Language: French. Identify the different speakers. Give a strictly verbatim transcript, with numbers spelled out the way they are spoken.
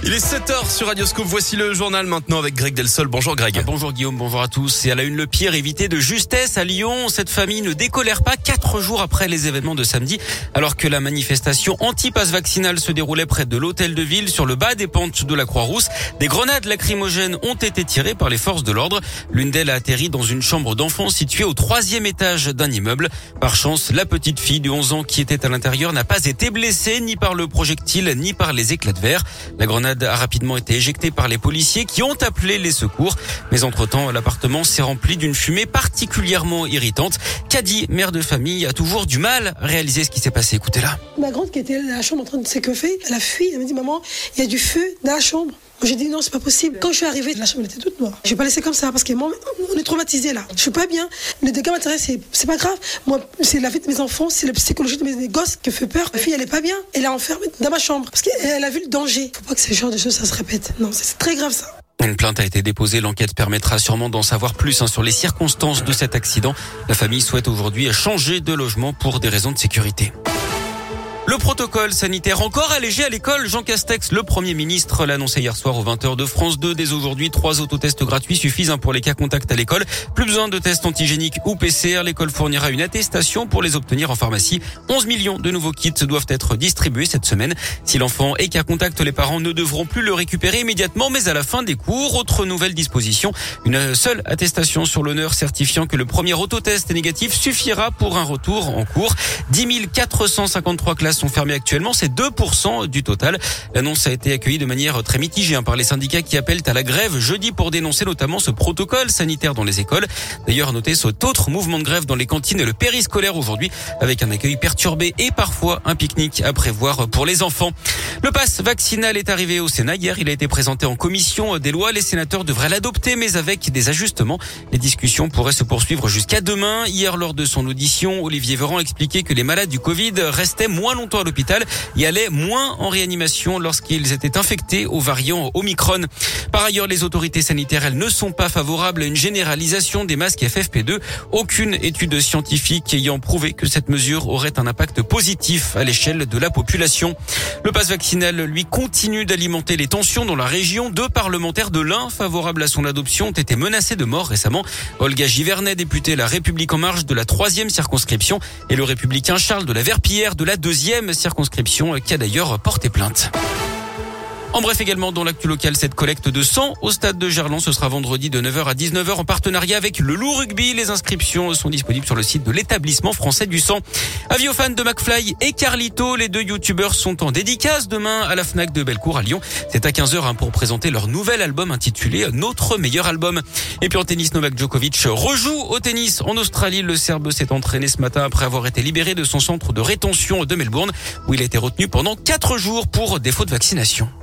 Speaker 1: Il est sept heures sur Radioscope. Voici le journal maintenant avec Greg Delsol. Bonjour Greg.
Speaker 2: Ah, bonjour Guillaume, bonjour à tous. Et à la une, le pire évité de justesse à Lyon. Cette famille ne décolère pas quatre jours après les événements de samedi, alors que la manifestation anti-pass vaccinal se déroulait près de l'hôtel de ville sur le bas des pentes de la Croix-Rousse. Des grenades lacrymogènes ont été tirées par les forces de l'ordre. L'une d'elles a atterri dans une chambre d'enfant située au troisième étage d'un immeuble. Par chance, la petite fille de onze ans qui était à l'intérieur n'a pas été blessée ni par le projectile ni par les éclats de verre. La grenade a rapidement été éjectée par les policiers qui ont appelé les secours. Mais entre-temps, l'appartement s'est rempli d'une fumée particulièrement irritante. Kadi, mère de famille, a toujours du mal à réaliser ce qui s'est passé. Écoutez-la.
Speaker 3: Ma grande qui était dans la chambre en train de s'échauffer, elle a fui. Elle m'a dit, maman, il y a du feu dans la chambre. J'ai dit non, c'est pas possible. Quand je suis arrivée, la chambre était toute noire. Je vais pas laisser comme ça parce que moi, on est traumatisés là. Je suis pas bien. Les dégâts matériels, c'est, c'est pas grave. Moi, c'est la vie de mes enfants, c'est la psychologie de mes gosses qui fait peur. Ma fille, elle est pas bien. Elle est enfermée dans ma chambre parce qu'elle a vu le danger. Faut pas que ce genre de choses, ça se répète. Non, c'est, c'est très grave ça.
Speaker 2: Une plainte a été déposée. L'enquête permettra sûrement d'en savoir plus hein, sur les circonstances de cet accident. La famille souhaite aujourd'hui changer de logement pour des raisons de sécurité. Le protocole sanitaire encore allégé à l'école. Jean Castex, le Premier ministre, l'a annoncé hier soir aux vingt heures de France deux. Dès aujourd'hui, trois autotests gratuits suffisent pour les cas contacts à l'école. Plus besoin de tests antigéniques ou P C R. L'école fournira une attestation pour les obtenir en pharmacie. onze millions de nouveaux kits doivent être distribués cette semaine. Si l'enfant est cas contact, les parents ne devront plus le récupérer immédiatement, mais à la fin des cours. Autre nouvelle disposition, une seule attestation sur l'honneur certifiant que le premier autotest est négatif suffira pour un retour en cours. dix mille quatre cent cinquante-trois classes sont fermées actuellement, c'est deux pour cent du total. L'annonce a été accueillie de manière très mitigée par les syndicats qui appellent à la grève jeudi pour dénoncer notamment ce protocole sanitaire dans les écoles. D'ailleurs, notez cet autre mouvement de grève dans les cantines et le périscolaire aujourd'hui, avec un accueil perturbé et parfois un pique-nique à prévoir pour les enfants. Le pass vaccinal est arrivé au Sénat hier. Il a été présenté en commission des lois. Les sénateurs devraient l'adopter, mais avec des ajustements. Les discussions pourraient se poursuivre jusqu'à demain. Hier, lors de son audition, Olivier Véran expliquait que les malades du Covid restaient moins longtemps à l'hôpital et allaient moins en réanimation lorsqu'ils étaient infectés au variant Omicron. Par ailleurs, les autorités sanitaires, elles ne sont pas favorables à une généralisation des masques F F P deux. Aucune étude scientifique ayant prouvé que cette mesure aurait un impact positif à l'échelle de la population. Le pass vaccinal, lui, continue d'alimenter les tensions dans la région. Deux parlementaires de l'Ain favorables à son adoption ont été menacés de mort récemment. Olga Givernet, députée La République En Marche de la troisième circonscription, et le républicain Charles de la Verpillière de la deuxième circonscription, qui a d'ailleurs porté plainte. En bref, également dans l'actu local, cette collecte de sang au stade de Gerland, ce sera vendredi de neuf heures à dix-neuf heures en partenariat avec le Loup Rugby. Les inscriptions sont disponibles sur le site de l'établissement français du sang. Avis aux fans de McFly et Carlito, les deux youtubeurs sont en dédicace demain à la Fnac de Bellecour à Lyon. C'est à quinze heures pour présenter leur nouvel album intitulé Notre meilleur album. Et puis en tennis, Novak Djokovic rejoue au tennis en Australie. Le Serbe s'est entraîné ce matin après avoir été libéré de son centre de rétention de Melbourne, où il a été retenu pendant quatre jours pour défaut de vaccination.